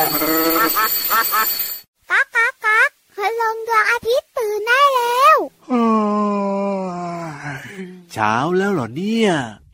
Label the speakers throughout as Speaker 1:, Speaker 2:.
Speaker 1: ก๊ากก๊ากก๊ากคืลงดวงอาทิตย์ตื่นได้แล้ว
Speaker 2: เช้าแล้วเหรอเนี่ย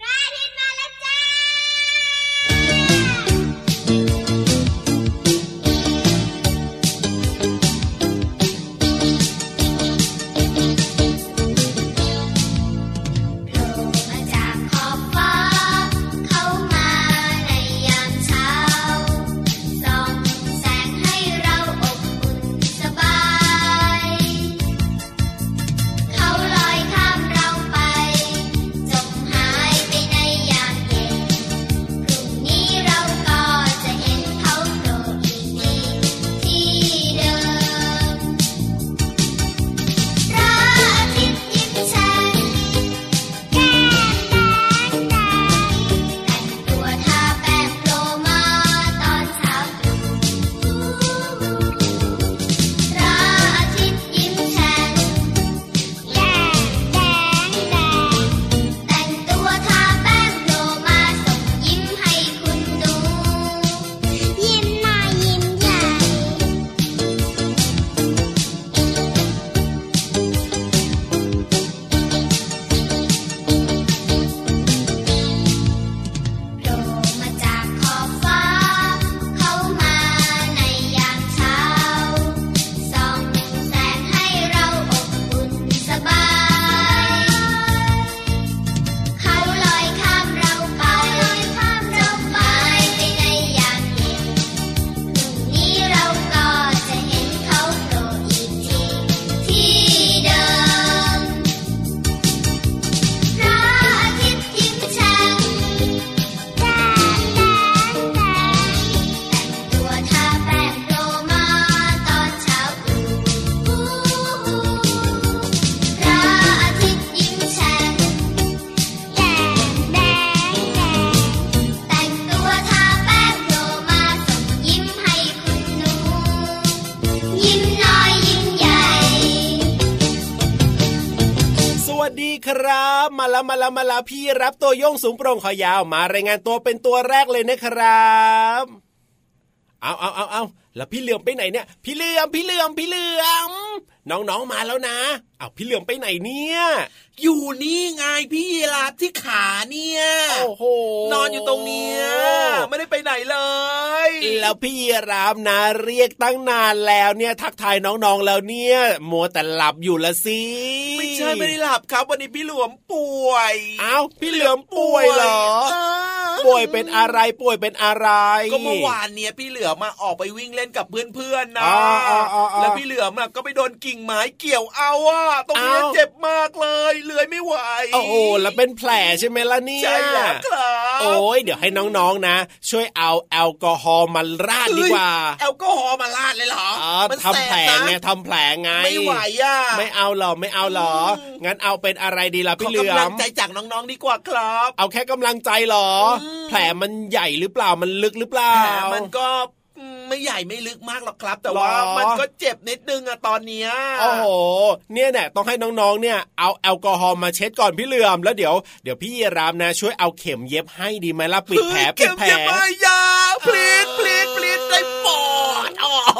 Speaker 3: ครับมาแล้วพี่รับตัวโยงสูงโปร่งคอยาวมารายงานตัวเป็นตัวแรกเลยนะครับเอาแล้วพี่เหลือมไปไหนเนี่ยพี่เหลือมน้องๆมาแล้วนะเอาพี่เหลือมไปไหนเนี่ย
Speaker 4: อยู่นี่ไงพี่ยีราฟที่ขาเนี่ย
Speaker 3: โอ้โห
Speaker 4: นอนอยู่ตรงเนี้ยไม่ได้ไปไหนเลย
Speaker 3: แล้วพี่ยีราฟนะเรียกตั้งนานแล้วเนี่ยทักทายน้องๆแล้วเนี่ยมัวแต่หลับอยู่ละสิ
Speaker 4: ไม่ใช่ไม่ได้หลับครับวันนี้พี่เหลือมป่วย
Speaker 3: อ้าวพี่เหลือมป่วยเหรอป่วยเป็นอะไร
Speaker 4: ก็เมื่อวานเนี่ยพี่เหลือมมาออกไปวิ่งเล่นกับเพื่อนๆนะแล้วพี่เหลือมก็ไปโดนกิ่งไม้เกี่ยวเอาตรงนี้เจ็บมากเลยเลื้อยไม่ไหว
Speaker 3: โอ้โหแล้วเป็นแผลใช่ไหมล่ะเนี่ย
Speaker 4: ใช่แล้วครับ
Speaker 3: โอ้ยเดี๋ยวให้น้องๆนะช่วยเอาแอลกอฮอล์มาราดดีกว่า
Speaker 4: แอลกอฮอล์มาราดเลยเหรอ
Speaker 3: ทำแผลไง
Speaker 4: ไม่ไหว
Speaker 3: ไม่เอาหรองั้นเอาเป็นอะไรดีล่ะพี่เหลือม
Speaker 4: ขอกำลังใจจากน้องๆดีกว่าครับ
Speaker 3: เอาแค่กำลังใจหรอแผลมันใหญ่หรือเปล่ามันลึกหรือเปล่า
Speaker 4: แผลมันก็ไม่ใหญ่ไม่ลึกมากหรอกครับแต่ว่ามันก็เจ็บนิดนึงตอนเนี้ย
Speaker 3: โอ้โหเนี่ยต้องให้น้องๆเนี่ยเอาแอลกอฮอล์มาเช็ดก่อนพี่เหลือมแล้วเดี๋ยวพี่ยีราฟนะช่วยเอาเข็มเย็บให้ดีไหมล่ะปิดแผล
Speaker 4: เข็มเย็บไม่ยาพลีดได้ปอด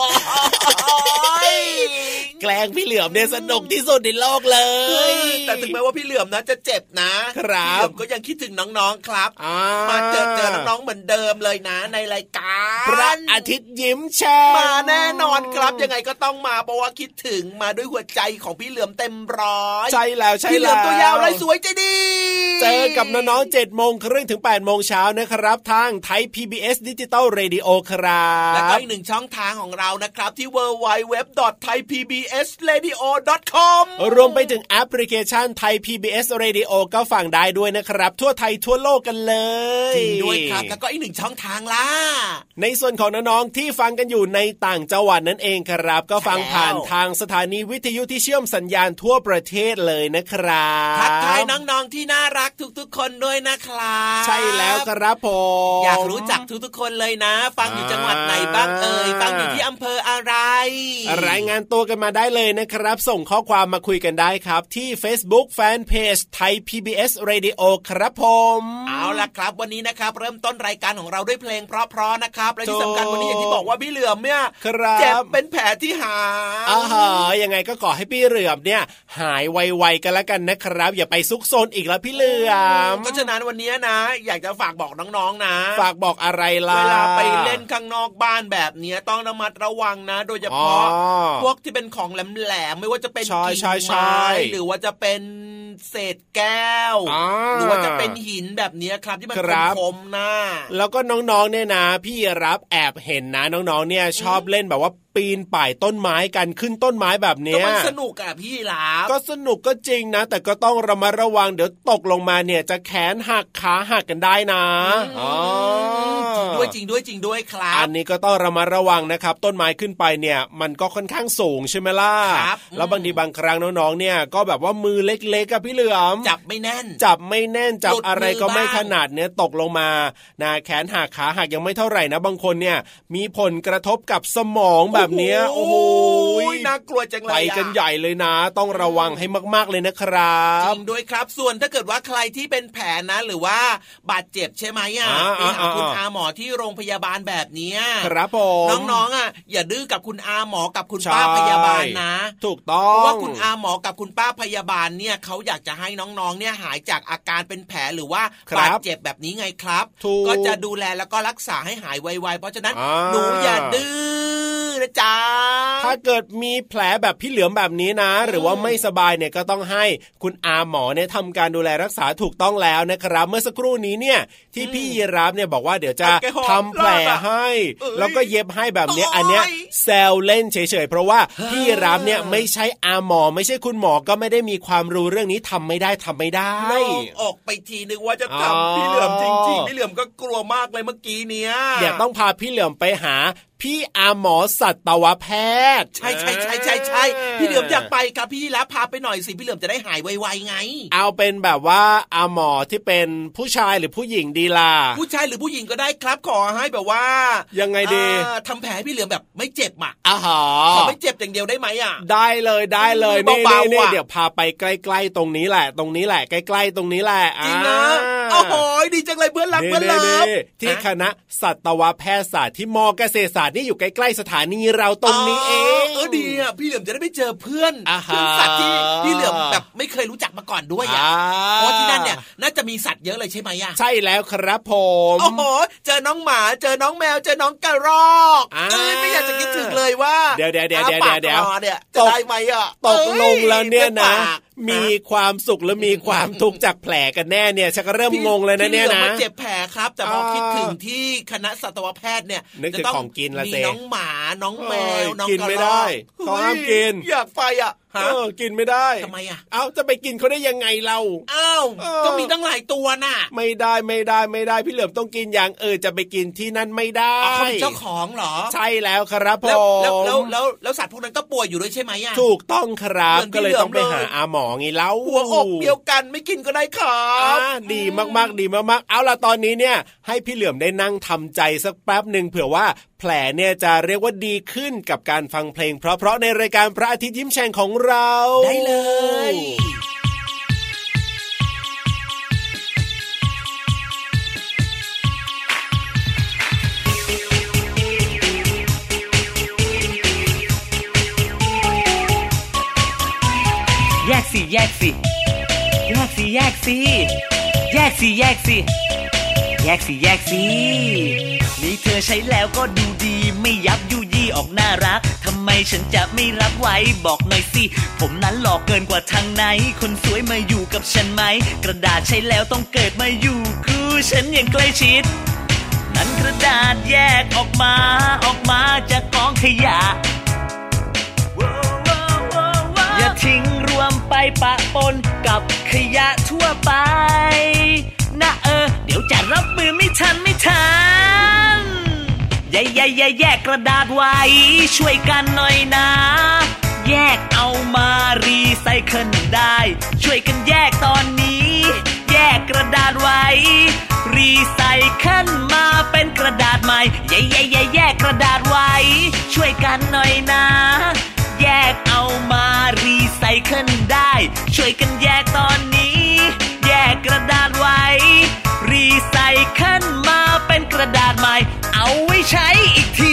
Speaker 3: แกล้งพี่เหลือมเนี่ยสนุกที่สุดในโลกเลย
Speaker 4: แต่ถึงแม้ว่าพี่เหลือมนะจะเจ็บนะครับพี่เหลือมก็ยังคิดถึงน้องๆครับมาเจอน้องๆเหมือนเดิมเลยนะในรายการ
Speaker 3: พระอาทิตย์ยิ้มแฉ่ง
Speaker 4: มาแน่นอนครับยังไงก็ต้องมาเพราะว่าคิดถึงมาด้วยหัวใจของพี่เหลือมเต็มร้อย
Speaker 3: ใช่แล้ว
Speaker 4: พี่เหลือมตัวยาวลายสวยใจดี
Speaker 3: เจอกับน้องๆ 7:30 ถึง 8:00 เช้านะครับทางไทย PBS Digital Radio ครับ
Speaker 4: แล้วก็อีกหนึ่งช่องทางของเรานะครับที่ www.thaipbsradio.com
Speaker 3: รวมไปถึงแอปพลิเคชันไทย PBS Radio ก็ฟังได้ด้วยนะครับทั่วไทยทั่วโลกกันเลย
Speaker 4: จริงด้วยครับแล้วก็อีกหนึ่งช่องทางล่ะ
Speaker 3: ในส่วนของน้องๆที่ฟังกันอยู่ในต่างจังหวัดนั่นเองครับก็ฟังผ่านทางสถานีวิทยุที่เชื่อมสัญญาณทั่วประเทศเลยนะครับ
Speaker 4: ทักทายน้องๆที่น่ารักทุกๆคนด้วยนะครับ
Speaker 3: ใช่แล้วครับผม
Speaker 4: อยากรู้จักทุกๆคนเลยนะฟังอยู่จังหวัดไหนบ้างฟังอยู่ที่อำเภออะไร
Speaker 3: รายงานตัวกันมาได้เลยนะครับส่งข้อความมาคุยกันได้ครับที่ Facebook Fanpage ไทย PBS Radio ครับผม
Speaker 4: เอาล่ะครับวันนี้นะครับเริ่มต้นรายการของเราด้วยเพลงเพราะๆนะครับและที่สำคัญวันนี้อย่างที่บอกว่าพี่เหลือมเนี่ยเจ็บเป็นแผลที่หาง
Speaker 3: ยังไงก็ขอให้พี่เหลือมเนี่ยหายไวๆกันแล้วกันนะครับอย่าไปซุกซนอีกแล้วพี่เหลือม
Speaker 4: เพราะฉะนั้นวันนี้นะอยากจะฝากบอกน้องๆนะ
Speaker 3: ฝากบอกอะไรล่ะ
Speaker 4: เวลาไปเล่นข้างนอกบ้านแบบนี้ต้องระมัดระวังนะโดยเฉพาะพวกที่เป็นของแหลมๆไม่ว่าจะเป็นกิ่งไม้หรือว่าจะเป็นเศษแก้วหรือว่าจะเป็นหินแบบนี้ครับที่มันคมๆนะ
Speaker 3: แล้วก็น้องๆเนี่ยนะพี่รับแอบเห็นนะน้องๆเนี่ยชอบเล่นแบบว่าปีนป่ายต้นไม้กันขึ้นต้นไม้แบบนี้ก็
Speaker 4: มันสนุกอะพี่รับ
Speaker 3: ก็สนุกก็จริงนะแต่ก็ต้องระมัดระวังเดี๋ยวตกลงมาเนี่ยจะแขนหักขาหักกันได้นะ
Speaker 4: จริงด้วยครับ
Speaker 3: อันนี้ก็ต้องระมัดระวังนะครับต้นไม้ขึ้นไปเนี่ยมันก็ค่อนข้างสูงใช่ไหมล่ะแล้วบางทีบางครั้งน้องๆเนี่ยก็แบบว่ามือเล็กๆกับพี่เหลือม
Speaker 4: จับไม่แน่น
Speaker 3: จับอะไรก็ไม่ถนัดเนี่ยตกลงมานะแขนหักขาหักยังไม่เท่าไหร่นะบางคนเนี่ยมีผลกระทบกับสมองแบบนี้โอ้โห
Speaker 4: น่ากลัวจังเลย
Speaker 3: ไปกันใหญ่เลยนะต้องระวังให้มากๆเลยนะครับ
Speaker 4: จริงด้วยครับส่วนถ้าเกิดว่าใครที่เป็นแผลนะหรือว่าบาดเจ็บใช่ไหมไปหาคุณอาหมอที่โรงพยาบาลแบบนี้
Speaker 3: ครับผม
Speaker 4: น้องๆอย่าดื้อกับคุณอาหมอกับคุณป้าพยาบาลนะ
Speaker 3: ถูกต้อง
Speaker 4: เพราะว่าคุณอาหมอกับคุณป้าพยาบาลเนี่ยเขาอยากจะให้น้องๆเนี่ยหายจากอาการเป็นแผลหรือว่าบาดเจ็บแบบนี้ไงครับก็จะดูแลแล้วก็รักษาให้หายไวๆเพราะฉะนั้นหนูอย่าดื้อนะจ๊ะ
Speaker 3: ถ้าเกิดมีแผลแบบพี่เหลือมแบบนี้นะหรือว่าไม่สบายเนี่ยก็ต้องให้คุณอาหมอเนี่ยทำการดูแลรักษาถูกต้องแล้วนะครับเมื่อสักครู่นี้เนี่ยที่พี่ยีรับเนี่ยบอกว่าเดี๋ยวจะทำแผลให้แล้วก็เย็บให้แบบนี้อันเนี้ยแซวเล่นเฉยๆเพราะว่าพี่ยีรับเนี่ยไม่ใช่อาหมอไม่ใช่คุณหมอก็ไม่ได้มีความรู้เรื่องนี้ทำไม่ได้
Speaker 4: ออกไปทีนึงว่าจะทำพี่เหลือมจริงๆพี่เหลือมก็กลัวมากเลยเมื่อกี้เนี้ย
Speaker 3: เดี๋ยวต้องพาพี่เหลือมไปหาพี่อาหมอสัตวแพทย์
Speaker 4: ใช่พี่เหลือมอยากไปครับพี่แล้วพาไปหน่อยสิพี่เหลือมจะได้หายไวๆไง
Speaker 3: เอาเป็นแบบว่าอาหมอที่เป็นผู้ชายหรือผู้หญิงดีล่ะ
Speaker 4: ผู้ชายหรือผู้หญิงก็ได้ครับขอให้แบบว่า
Speaker 3: ยังไงดี
Speaker 4: ทำแผลให้พี่เหลือมแบบไม่เจ็บอ่ะ
Speaker 3: ข
Speaker 4: อไม่เจ็บอย่างเดียวได้ไหมอ่ะ
Speaker 3: ได้เลยนี่เดี๋ยวพาไปใกล้ๆตรงนี้แหละใกล้ๆตรงนี้แหละ
Speaker 4: จริงนะโอ้โหดีจังเลยเพื่อนรักเพื่อนเลิฟ
Speaker 3: ที่คณะสัตวแพทยศาสตร์ที่ม.เกษตรศาสตร์นี่อยู่ใกล้ๆสถานีเราตรงนี้เอง
Speaker 4: ดีอ่ะพี่เหลือมจะได้ไปเจอเพื่อนสัตว์ที่พี่เหลือมแบบไม่เคยรู้จักมาก่อนด้วยอ่ะเพราะที่นั่นเนี่ยน่าจะมีสัตว์เยอะเลยใช่ไหมอ่ะ
Speaker 3: ใช่แล้วครับผม
Speaker 4: โอ้โหเจอน้องหมาเจอน้องแมวเจอน้องกระรอกไม่อยากจะคิดถึงเลยว่า
Speaker 3: เดี๋ยว
Speaker 4: จะได้ไหมอ่ะ
Speaker 3: ตกลงแล้วเนี่ยนะมีความสุขหรือมีความทุกข์จากแผลกันแน่เนี่ยฉันก็เริ่มงงเลยนะเนี่ยนะ
Speaker 4: เจ็บแผลครับแต่พอคิดถึงที่คณะสัตวแพทย์เนี่ย
Speaker 3: จะต้อง
Speaker 4: มีน้องหมาน้องแมวน้องกระรอก
Speaker 3: กินไม่ได้เขาห้ามกิน
Speaker 4: อยากไปอ่ะ
Speaker 3: กินไม่ได้
Speaker 4: ทำไมอ่ะ
Speaker 3: จะไปกินเขาได้ยังไงเรา
Speaker 4: ก็มีตั้งหลายตัวน่ะ
Speaker 3: ไม่ได้พี่เหลือมต้องกินอย่างจะไปกินที่นั่นไม่ได้
Speaker 4: เขาเป็นเจ้าของเหรอ
Speaker 3: ใช่แล้วครับผม
Speaker 4: แล้วสัตว์พวกนั้นก็ป่วยอยู่ด้วยใช่ไหมอ่ะ
Speaker 3: ถูกต้องครับก็เลยต้องไปหาอาหมอไงเล่า
Speaker 4: หัวอกเดียวกันไม่กินก็ได้ครับ
Speaker 3: ดีมากเอาล่ะตอนนี้เนี่ยให้พี่เหลือมได้นั่งทำใจสักแป๊บนึงเผื่อว่าแผลเนี่ยจะเรียกว่าดีขึ้นกับการฟังเพลงเพราะในรายการพระอาทิตย์ยิ้มแฉ่งของเรา
Speaker 4: ได้เลย
Speaker 5: แยกสินี่เธอใช้แล้วก็ดูดีไม่ยับยุยี่ออกน่ารักทำไมฉันจะไม่รับไว้บอกหน่อยสิผมนั้นหล่อเกินกว่าทางไหนคนสวยมาอยู่กับฉันไหมกระดาษใช้แล้วต้องเกิดมาอยู่คู่ฉันอย่างใกล้ชิดนั้นกระดาษแยกออกมาจากกองขยะอย่าทิ้งรวมไปปะปนกับขยะทั่วไปนะเดี๋ยวจะรับมือไม่ทันแยกกระดาษไว้ช่วยกันหน่อยนะแยกเอามารีไซเคิลได้ช่วยกันแยกตอนนี้แยกกระดาษไว้รีไซเคิลมาเป็นกระดาษใหม่แยกกระดาษไว้ช่วยกันหน่อยนะนได้ช่วยกันแยกตอนนี้แยกกระดาษไว้รีไซเคิลมาเป็นกระดาษใหม่เอาไว้ใช้อีกที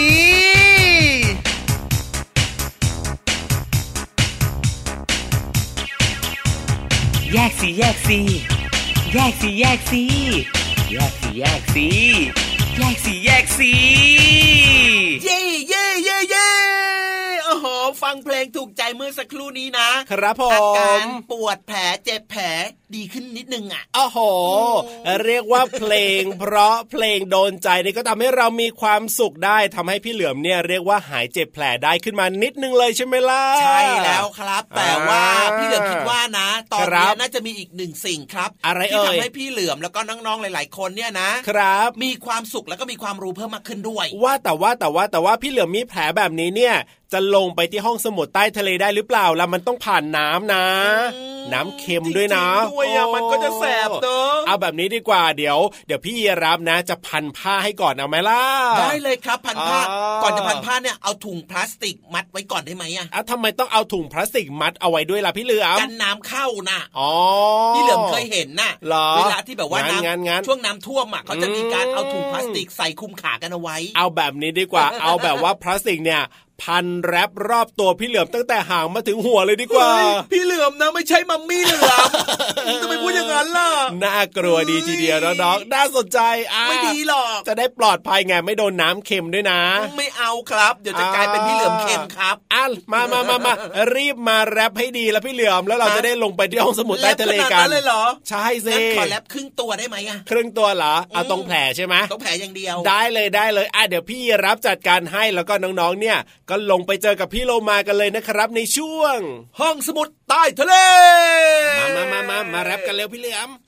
Speaker 5: แยกสิแยกสิแยกสิแยกสิแยกสิแยกสิแยกสิแยกสิ
Speaker 4: เย่เย่เย่เย่โอ้โหฟังเพลงถูกใจเมื่อสักครู่นี้นะครับผมอาการปวดแผลเจ็บแผลดีขึ้นนิดนึงอ่ะ
Speaker 3: โอ้โหเรียกว่าเพลงเพราะเพลงโดนใจนี่ก็ทำให้เรามีความสุขได้ทำให้พี่เหลือมเนี่ยเรียกว่าหายเจ็บแผลได้ขึ้นมานิดนึงเลยใช่ไหมล่ะ
Speaker 4: ใช่แล้วครับแต่ว่าพี่เหลือมคิดว่านะตอนนี้น่าจะมีอีกหนึ่งสิ่งครับที่ทำให้พี่เหลือมแล้วก็น้องๆหลายๆคนเนี่ยนะครับมีความสุขแล้วก็มีความรู้เพิ่มมากขึ้นด้วย
Speaker 3: ว่าแต่ว่าพี่เหลือมมีแผลแบบนี้เนี่ยจะลงไปที่ห้องสมุดใต้ทะเลได้หรือเปล่าแล้วมันต้องผ่านน้ำนะน้ำเค็มด้วยนะ
Speaker 4: ด้วยมันก็จะแสบเนอะ
Speaker 3: เอาแบบนี้ดีกว่าเดี๋ยวพี่ยีรับนะจะพันผ้าให้ก่อนเอาไหมล่ะ
Speaker 4: ได้เลยครับพันผ้าก่อนจะพันผ้าเนี่ยเอาถุงพลาสติกมัดไว้ก่อนได้ไหมอ่ะ
Speaker 3: ทำไมต้องเอาถุงพลาสติกมัดเอาไว้ด้วยล่ะพี่เหลือม
Speaker 4: กันน้ำเข้านะพี่เหลือมเคยเห็นนะเวลาที่แบบว่าช่วงน้ำท่วมอ่ะเขาจะมีการเอาถุงพลาสติกใส่คลุมขากันเอาไว้
Speaker 3: เอาแบบนี้ดีกว่าเอาแบบว่าพลาสติกเนี่ยพันแรปรอบตัวพี่เหลือมตั้งแต่หางมาถึงหัวเลยดีกว่า
Speaker 4: พี่เหลือมนะไม่ใช่มัมมี่เหลือมทำไมพูดอย่างนั้นล่ะ
Speaker 3: น่ากลัวดีทีเดียวน้องๆน่าสนใจ
Speaker 4: ไม่ดีหรอก
Speaker 3: จะได้ปลอดภัยไงไม่โดนน้ำเค็มด้วยนะ
Speaker 4: ไม่เอาครับเดี๋ยวจะกลายเป็นพี่เหลือมเค็มครับ
Speaker 3: มารีบมาแรปให้ดีแล้วพี่เหลือมแล้วเราจะได้ลงไปที่ห้องสมุดใต้ทะเลกัน
Speaker 4: เลยเหรอ
Speaker 3: ใช่สิ
Speaker 4: ขอแรปครึ่งตัวได้ไหมอ่ะ
Speaker 3: ครึ่งตัวเหรอเอาตรงแผลใช่ไหม
Speaker 4: ตรงแผลอย่างเดียว
Speaker 3: ได้เลยเดี๋ยวพี่รับจัดการให้แล้วก็น้องๆเนี่ยก็ลงไปเจอกับพี่โลมากันเลยนะครับในช่วง
Speaker 4: ห้องสมุดใต้ทะเล
Speaker 3: มาแรปกันเร็วพี่เหลือม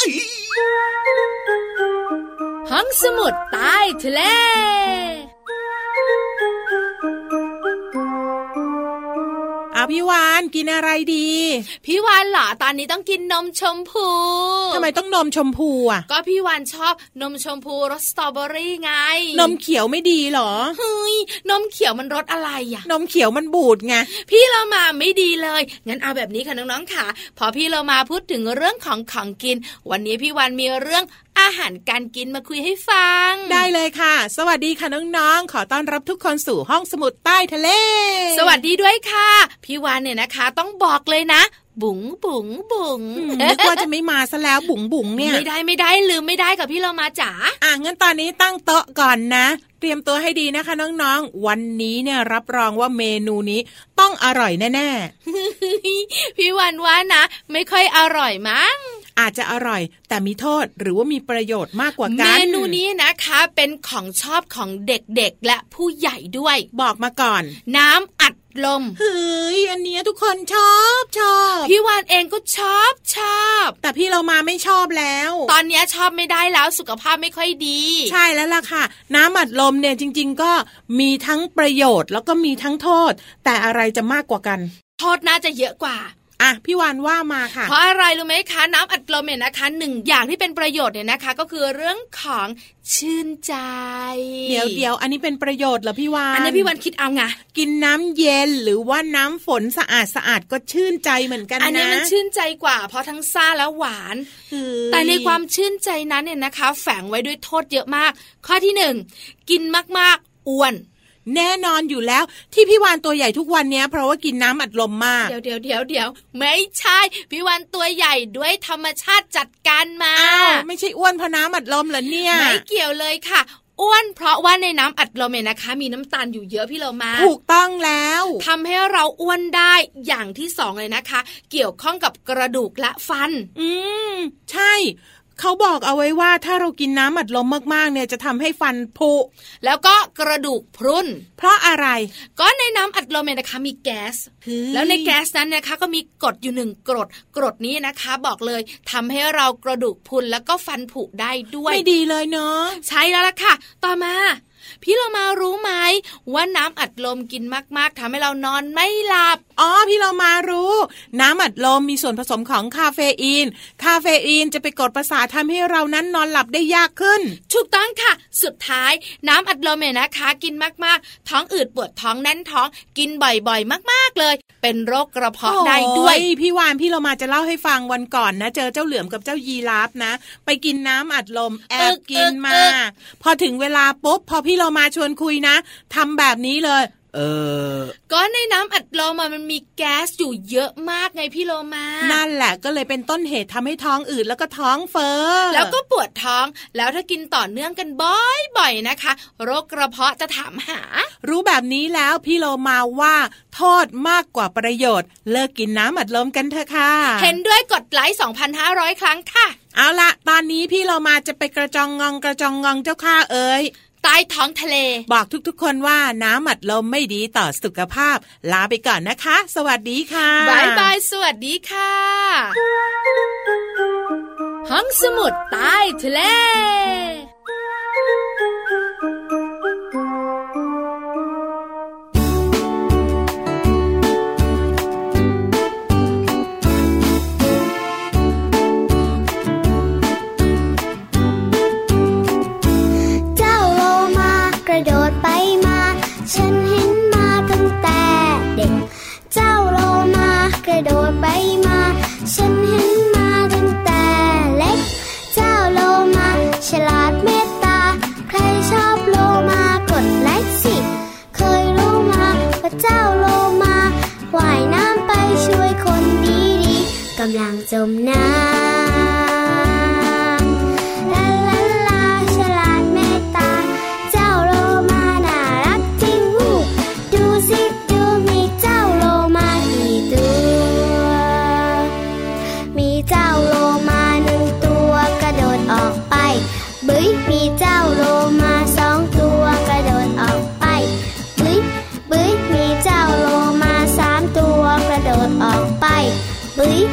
Speaker 1: ห้องสมุดใต้ทะเล
Speaker 6: พี่วานกินอะไรดี
Speaker 1: พี่วานเหรอตอนนี้ต้องกินนมชมพู
Speaker 6: ทำไมต้องนมชมพูอ่ะ
Speaker 1: ก็พี่วานชอบนมชมพูรสสตรอเบอรี่ไง
Speaker 6: นมเขียวไม่ดีหรอ
Speaker 1: เฮ้ยนมเขียวมันรสอะไรอ่ะ
Speaker 6: นมเขียวมันบูดไง
Speaker 1: พี่เรามาไม่ดีเลยงั้นเอาแบบนี้ค่ะน้องๆค่ะพอพี่เรามาพูดถึงเรื่องของกินวันนี้พี่วานมีเรื่องอาหารการกินมาคุยให้ฟัง
Speaker 6: ได้เลยค่ะสวัสดีค่ะน้องๆขอต้อนรับทุกคนสู่ห้องสมุดใต้ทะเล
Speaker 1: สวัสดีด้วยค่ะพี่วานเนี่ยนะคะต้องบอกเลยนะบุ๋ง
Speaker 6: นึกว่าจะไม่มาซะแล้วบุ๋งเนี่ย
Speaker 1: ไม่ได้ลืมไม่ได้กับพี่เรามาจ๋า
Speaker 6: งั้นตอนนี้ตั้งโต๊ะก่อนนะเตรียมตัวให้ดีนะคะน้องๆวันนี้เนี่ยรับรองว่าเมนูนี้ต้องอร่อยแน่
Speaker 1: ๆพี่วานว่านะไม่ค่อยอร่อยมั้ง
Speaker 6: อาจจะอร่อยแต่มีโทษหรือว่ามีประโยชน์มากกว่ากัน
Speaker 1: เมนูนี้นะคะเป็นของชอบของเด็กๆและผู้ใหญ่ด้วย
Speaker 6: บอกมาก่อน
Speaker 1: น้ำอัดลม
Speaker 6: เฮ้ยอันนี้ทุกคนชอบ
Speaker 1: พี่วานเองก็ชอบ
Speaker 6: แต่พี่เรามาไม่ชอบแล้ว
Speaker 1: ตอนนี้ชอบไม่ได้แล้วสุขภาพไม่ค่อยดี
Speaker 6: ใช่แล้วล่ะค่ะน้ำอัดลมเนี่ยจริงๆก็มีทั้งประโยชน์แล้วก็มีทั้งโทษแต่อะไรจะมากกว่ากัน
Speaker 1: โทษน่าจะเยอะกว่า
Speaker 6: พี่วานว่ามาค่ะ
Speaker 1: เพราะอะไรรู้ไหมคะน้ำอัดลมเนี่ยนะคะหนึ่งอย่างที่เป็นประโยชน์เนี่ยนะคะก็คือเรื่องของชื่นใจ
Speaker 6: เดี๋ยวอันนี้เป็นประโยชน์เหรอพี่วาน
Speaker 1: อันนี้พี่วานคิดเอาไง
Speaker 6: กินน้ำเย็นหรือว่าน้ำฝนสะอาดก็ชื่นใจเหมือนกันนะ
Speaker 1: อันนี้มันชื่นใจกว่าเพราะทั้งซ่าและหวานแต่ในความชื่นใจนั้นเนี่ยนะคะแฝงไว้ด้วยโทษเยอะมากข้อที่1กินมากๆอ้วน
Speaker 6: แน่นอนอยู่แล้วที่พี่วานตัวใหญ่ทุกวันนี้เพราะว่ากินน้ำอัดลมมาก
Speaker 1: เดี๋ยวไม่ใช่พี่วานตัวใหญ่ด้วยธรรมชาติจัดการมา
Speaker 6: ไม่ใช่อ้วนเพราะน้ำอัดลมเหรอเนี่ย
Speaker 1: ไม่เกี่ยวเลยค่ะอ้วนเพราะว่าในน้ำอัดลมเนี่ยนะคะมีน้ำตาลอยู่เยอะพี่เรามา
Speaker 6: ถูกต้องแล้ว
Speaker 1: ทำให้เราอ้วนได้อย่างที่2เลยนะคะเกี่ยวข้องกับกระดูกและฟัน
Speaker 6: ใช่เขาบอกเอาไว้ว่าถ้าเรากินน้ำอัดลมมากๆเนี่ยจะทำให้ฟันผุ
Speaker 1: แล้วก็กระดูกพรุน
Speaker 6: เพราะอะไร
Speaker 1: ก็ในน้ำอัดลมเนี่ยนะคะมีแก๊สแล้วในแก๊สนั้นนะคะก็มีกรดอยู่1กรดนี้นะคะบอกเลยทำให้เรากระดูกพรุนแล้วก็ฟันผุได้ด้วย
Speaker 6: ไม่ดีเลยเนาะ
Speaker 1: ใช่แล้วล่ะค่ะต่อมาพี่เรามารู้ไหมว่าน้ำอัดลมกินมากๆทำให้เรานอนไม่หลับ
Speaker 6: อ๋อพี่เรามารู้น้ำอัดลมมีส่วนผสมของคาเฟอีนจะไปกดประสาททำให้เรานั้นนอนหลับได้ยากขึ้น
Speaker 1: ถูกต้องค่ะสุดท้ายน้ำอัดลมเนี่ยนะคะกินมากๆท้องอืดปวดท้องแน่นท้องกินบ่อยๆมากๆเลยเป็นโรคกระเพาะได้ด้วย
Speaker 6: พี่วานพี่เรามาจะเล่าให้ฟังวันก่อนนะเจอเจ้าเหลือมกับเจ้ายีราฟนะไปกินน้ำอัดลมแอบกินมาพอถึงเวลาปุ๊บพอพี่เรามาชวนคุยนะทำแบบนี้เลย
Speaker 1: ก็ในน้ำอัดลมมันมีแก๊สอยู่เยอะมากไงพี่โลมา
Speaker 6: นั่นแหละก็เลยเป็นต้นเหตุทำให้ท้องอืดแล้วก็ท้องเฟ้อ
Speaker 1: แล้วก็ปวดท้องแล้วถ้ากินต่อเนื่องกันบ่อยๆนะคะโรคกระเพาะจะถามหา
Speaker 6: รู้แบบนี้แล้วพี่โลมาว่าโทษมากกว่าประโยชน์เลิกกินน้ำอัดลมกันเถอะค่ะ
Speaker 1: เห็นด้วยกดไลค์ 2,500 ครั้งค่ะ
Speaker 6: เอาละตอนนี้พี่โลมาจะไปกระจองงองเจ้าข้าเอ๋ย
Speaker 1: ใต้ท้องทะเล
Speaker 6: บอกทุกๆคนว่าน้ำอัดลมไม่ดีต่อสุขภาพลาไปก่อนนะคะสวัสดีค่ะ
Speaker 1: บ๊ายบายสวัสดีค่ะห้องสมุดใต้ทะเล
Speaker 7: กำลังจมน้ำลาลาลาฉลาดเมตตาเจ้าโลมาน่ารักจริงหูดูสิดูมีเจ้าโลมากี่ตัวมีเจ้าโลมา1ตัวกระโดดออกไปบึ้ยมีเจ้าโลมา2ตัวกระโดดออกไปบึ้ยบึ้ยมีเจ้าโลมา3ตัวกระโดดออกไปบึ้ย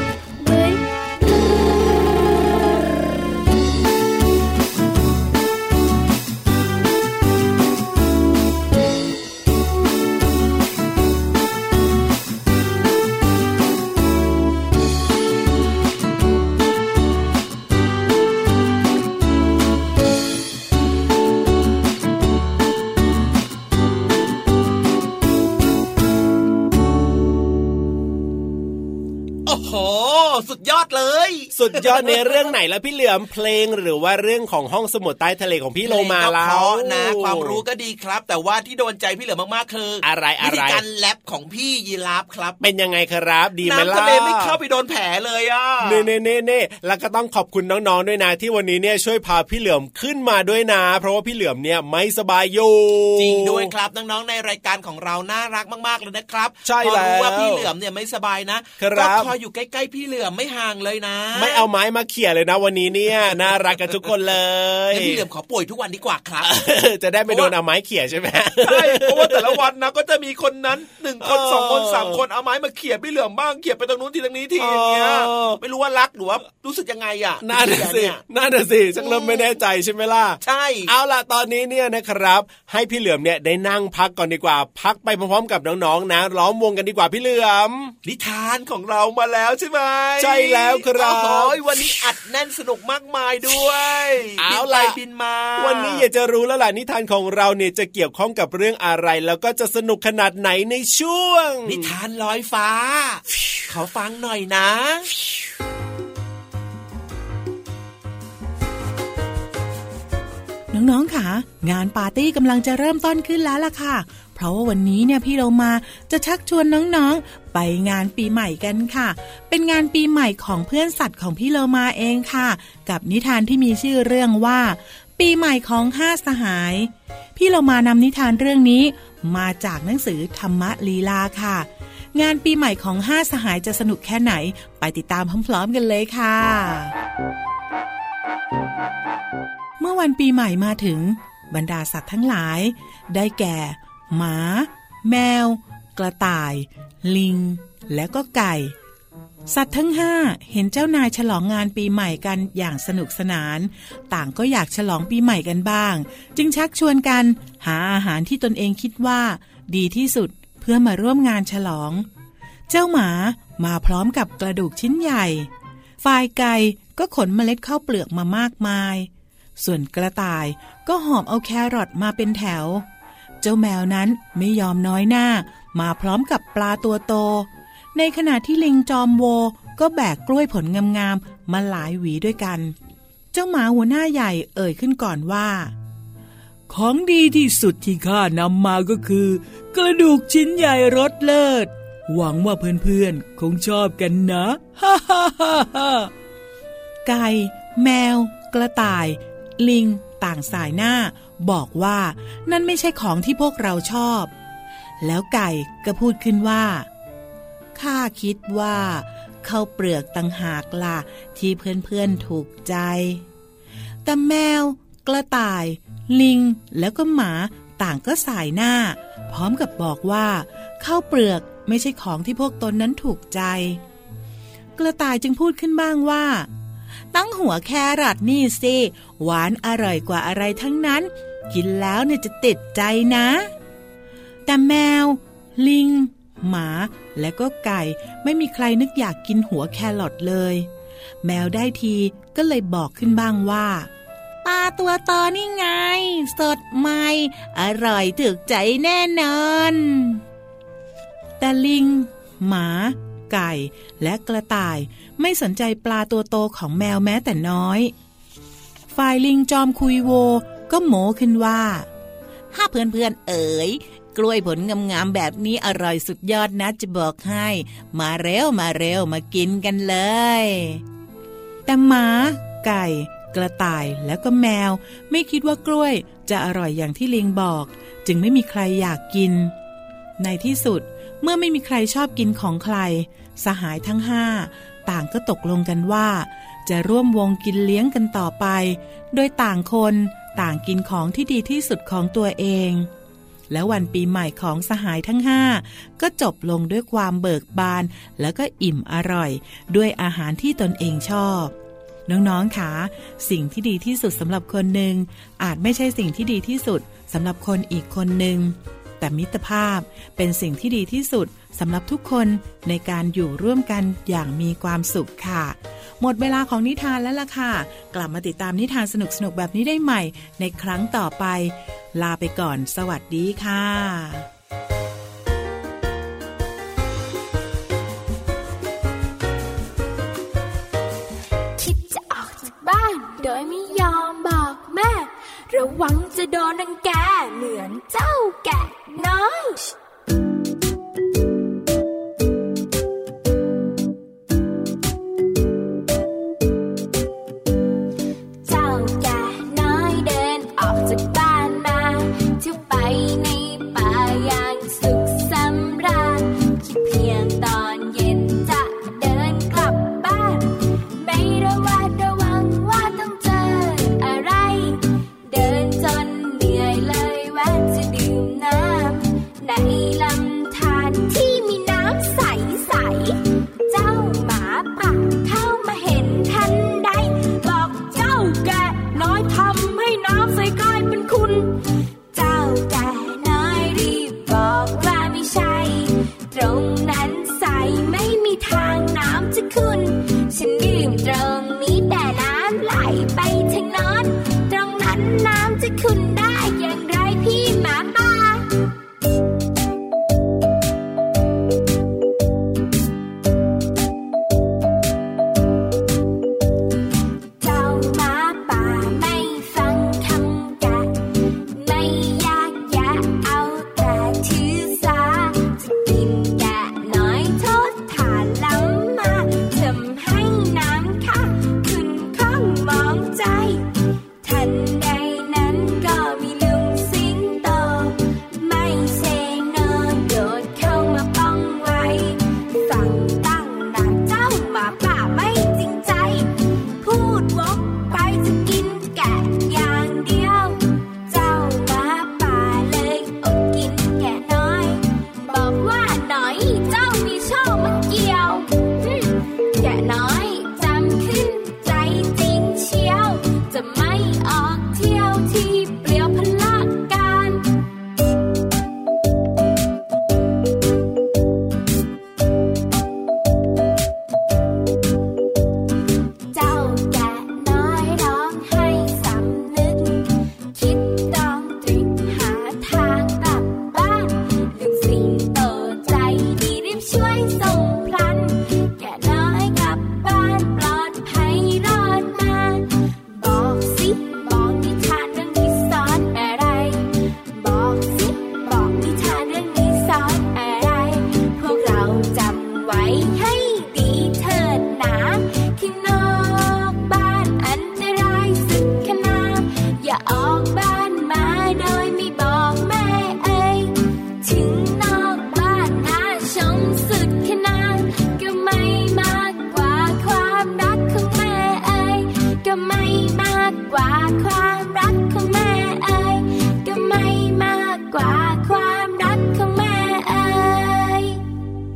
Speaker 4: สุดยอดเลย
Speaker 3: สุดยอดในเรื่องไหนแล้วพี่เหลือมเพลงหรือว่าเรื่องของห้องสมุดใต้ทะเลของพี่โลมาแล้ว
Speaker 4: นะความรู้ก็ดีครับแต่ว่าที่โดนใจพี่เหลือมมากๆคือ
Speaker 3: อะไร
Speaker 4: วิธีการแรปของพี่ยีราฟครับ
Speaker 3: เป็นยังไงครับดีไหมล่ะ
Speaker 4: น้ำทะเลไม่เข้าไปโดนแผลเลยอ่ะ
Speaker 3: เน่แล้วก็ต้องขอบคุณน้องๆด้วยนะที่วันนี้เนี่ยช่วยพาพี่เหลือมขึ้นมาด้วยนะเพราะว่าพี่เหลือมเนี่ยไม่สบายอยู่
Speaker 4: จริงด้วยครับน้องๆในรายการของเราน่ารักมากๆเลยนะครับ
Speaker 3: ใช่แล้วพอรู้
Speaker 4: ว่าพี่เหลือมเนี่ยไม่สบายนะก็คอยอยู่ใกล้ๆพี่เหลือมไม่ห่างเลยนะ
Speaker 3: ไม่เอาไม้มาเขี่ยเลยนะวันนี้เนี่ยน่ารักกันทุกคนเลย
Speaker 4: พี่เหลือมขอป่วยทุกวันดีกว่าครับ
Speaker 3: จะได้ไม่โดนเอาไม้เขี่ยใช่ไหม
Speaker 4: ใช่เพราะว่าแต่ละวันนะก็จะมีคนนั้น1คน2คน3คนเอาไม้มาเขี่ยพี่เหลือมบ้างเขี่ยไปตรงนู้นทีตรงนี้ทีอย่างเงี้ยไม่รู้ว่ารักหรือว่ารู้สึกยังไงอ่ะ
Speaker 3: น่าสิชักเริ่มไม่แน่ใจใช่ไหมล่ะ
Speaker 4: ใช่
Speaker 3: เอาล่ะตอนนี้เนี่ยนะครับให้พี่เหลือมเนี่ยได้นั่งพักก่อนดีกว่าพักไปพร้อมๆกับน้องๆนะล้อมวงกันดีกว่าพี่เหลือม
Speaker 4: นิทานของเรามาแล้วใช่ไหม
Speaker 3: ใช่แล้วครับ
Speaker 4: วันนี้อัดแน่นสนุกมากมายด้วย
Speaker 3: เอาล่ะ
Speaker 4: บินมา
Speaker 3: วันนี้อยากจะรู้แล้วล่ะนิทานของเราเนี่ยจะเกี่ยวข้องกับเรื่องอะไรแล้วก็จะสนุกขนาดไหนในช่วง
Speaker 4: นิทานลอยฟ้าขอฟังหน่อยนะ
Speaker 6: น้องๆค่ะงานปาร์ตี้กำลังจะเริ่มต้นขึ้นแล้วล่ะค่ะเพราะว่าวันนี้เนี่ยพี่เรามาจะชักชวนน้องๆไปงานปีใหม่กันค่ะเป็นงานปีใหม่ของเพื่อนสัตว์ของพี่เรามาเองค่ะกับนิทานที่มีชื่อเรื่องว่าปีใหม่ของ5 สหายพี่เรามานำนิทานเรื่องนี้มาจากหนังสือธรรมลีลาค่ะงานปีใหม่ของ5 สหายจะสนุกแค่ไหนไปติดตามพร้อมๆกันเลยค่ะเมื่อวันปีใหม่มาถึงบรรดาสัตว์ทั้งหลายได้แก่หมาแมวกระต่ายลิงและก็ไก่สัตว์ทั้งห้าเห็นเจ้านายฉลองงานปีใหม่กันอย่างสนุกสนานต่างก็อยากฉลองปีใหม่กันบ้างจึงชักชวนกันหาอาหารที่ตนเองคิดว่าดีที่สุดเพื่อมาร่วมงานฉลองเจ้าหมามาพร้อมกับกระดูกชิ้นใหญ่ฝ่ายไก่ก็ขนเมล็ดข้าวเปลือกมามากมายส่วนกระต่ายก็หอบเอาแครอทมาเป็นแถวเจ้าแมวนั้นไม่ยอมน้อยหน้ามาพร้อมกับปลาตัวโตในขณะที่ลิงจอมโวก็แบกกล้วยผลงามๆมาหลายหวีด้วยกันเจ้าหมาหัวหน้าใหญ่เอ่ยขึ้นก่อนว่าของดีที่สุดที่ข้านำมาก็คือกระดูกชิ้นใหญ่รสเลิศหวังว่าเพื่อนๆคงชอบกันนะฮ่าฮ่าฮ่าฮ่าไก่แมวกระต่ายลิงต่างสายหน้าบอกว่านั่นไม่ใช่ของที่พวกเราชอบแล้วไก่ก็พูดขึ้นว่าข้าคิดว่าข้าวเปลือกต่างหากล่ะที่เพื่อนๆถูกใจแต่แมวกระต่ายลิงแล้วก็หมาต่างก็สายหน้าพร้อมกับบอกว่าข้าวเปลือกไม่ใช่ของที่พวกตนนั้นถูกใจกระต่ายจึงพูดขึ้นบ้างว่าตั้งหัวแครอทนี่สิหวานอร่อยกว่าอะไรทั้งนั้นกินแล้วเนี่ยจะติดใจนะแต่แมวลิงหมาและก็ไก่ไม่มีใครนึกอยากกินหัวแครอทเลยแมวได้ทีก็เลยบอกขึ้นบ้างว่าปลาตัวโตนี่ไงสดใหม่อร่อยถูกใจแน่นอนแต่ลิงหมาไก่และกระต่ายไม่สนใจปลาตัวโตของแมวแม้แต่น้อยฝ่ายลิงจอมคุยโวก็โม้ขึ้นว่าถ้าเพื่อนๆเอ๋ยกล้วยผลงามๆแบบนี้อร่อยสุดยอดนะจะบอกให้มาเร็วมากินกันเลยแต่หมาไก่กระต่ายแล้วก็แมวไม่คิดว่ากล้วยจะอร่อยอย่างที่ลิงบอกจึงไม่มีใครอยากกินในที่สุดเมื่อไม่มีใครชอบกินของใครสหายทั้งห้าต่างก็ตกลงกันว่าจะร่วมวงกินเลี้ยงกันต่อไปโดยต่างคนต่างกินของที่ดีที่สุดของตัวเองแล้ววันปีใหม่ของสหายทั้งห้าก็จบลงด้วยความเบิกบานแล้วก็อิ่มอร่อยด้วยอาหารที่ตนเองชอบน้องๆค่ะสิ่งที่ดีที่สุดสำหรับคนหนึ่งอาจไม่ใช่สิ่งที่ดีที่สุดสำหรับคนอีกคนหนึ่งแต่มิตรภาพเป็นสิ่งที่ดีที่สุดสำหรับทุกคนในการอยู่ร่วมกันอย่างมีความสุขค่ะหมดเวลาของนิทานแล้วล่ะค่ะกลับมาติดตามนิทานสนุกๆแบบนี้ได้ใหม่ในครั้งต่อไปลาไปก่อนสวัสดีค่ะ
Speaker 8: คิดจะออกจากบ้านโดยไม่ยอมบอกแม่ระวังจะโดนรังแกเหมือนเจ้าแกะน้อย
Speaker 7: น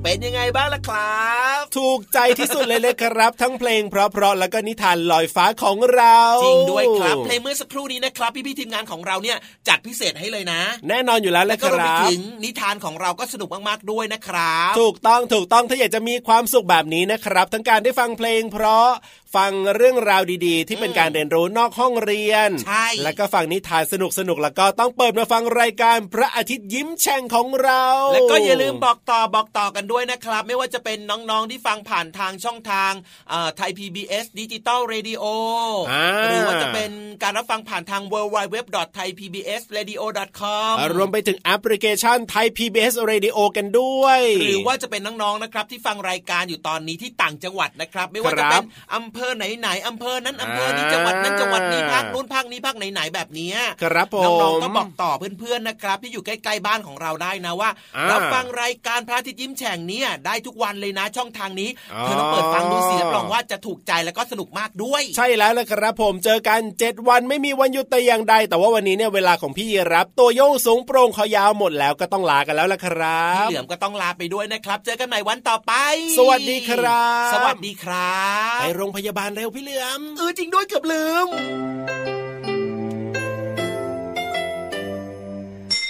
Speaker 4: เป็นยังไงบ้างล่ะครับ
Speaker 3: ถูกใจที่สุดเลยเลยครับทั้งเพลงเพราะๆแล้วก็นิทานลอยฟ้าของเรา
Speaker 4: จริงด้วยครับเพลงเมื่อสักครู่นี้นะครับพี่ๆทีมงานของเราเนี่ยจัดพิเศษให้เลยนะ
Speaker 3: แน่นอนอยู่แล้วแหละครับ
Speaker 4: แล้วก็รวมไปถึงนิทานของเราก็สนุกมากๆด้วยนะครับ
Speaker 3: ถูกต้องถ้าอยากจะมีความสุขแบบนี้นะครับทั้งการได้ฟังเพลงเพราะฟังเรื่องราวดีๆที่เป็นการเรียนรู้นอกห้องเรียน
Speaker 4: ใช่
Speaker 3: แล้วก็ฟังนิทานสนุกๆแล้วก็ต้องเปิดมาฟังรายการพระอาทิตย์ยิ้มแฉ่งของเรา
Speaker 4: แล้วก็อย่าลืมบอกต่อกันด้วยนะครับไม่ว่าจะเป็นน้องๆที่ฟังผ่านทางช่องทางไทย PBS Digital Radio หรือว่าจะเป็นการรับฟังผ่านทาง www.thaipbsradio.com
Speaker 3: รวมไปถึงแอปพลิเคชัน Thai PBS Radio กันด้วย
Speaker 4: หรือว่าจะเป็นน้องๆนะครับที่ฟังรายการอยู่ตอนนี้ที่ต่างจังหวัดนะครับไม่ว่าจะเป็นอำเภอไหนอำเภอนั้นอำเภอนี้จังหวัดนั้นจังหวัดนี้ภาคนู้นภาคนี้ภาคไหนแบบนี้
Speaker 3: ครับผม
Speaker 4: น้องๆก็บอกต่อเพื่อนๆนะครับที่อยู่ใกล้ๆบ้านของเราได้นะว่ารับฟังรายการพระอาทิตย์ยิ้มแฉ่งเนี่ยได้ทุกวันเลยนะช่องทางนี้เธอต้องเปิดฟังดูสิรับรองว่าจะถูกใจแล้วก็สนุกมากด้วย
Speaker 3: ใช่แล้วล่ะครับผมเจอกัน7วันไม่มีวันหยุดแต่อย่างใดแต่ว่าวันนี้เนี่ยเวลาของพี่รับตัวโยงสูงโปร่งคอยาวหมดแล้วก็ต้องลากันแล้วล่ะครับ
Speaker 4: พี่เหลือมก็ต้องลาไปด้วยนะครับเจอกันใหม่วันต่อไป
Speaker 3: สวัสดีครับ
Speaker 4: สวัสดีครับ
Speaker 3: ไปโรงพยาบาลเร็วพี่เหลือม
Speaker 4: จริงด้วยเกือบลืม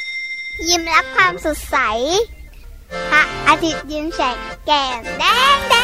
Speaker 7: ยิ้มรับความสดใสพระอาทิตย์ยิ้มแฉกแก้มแดง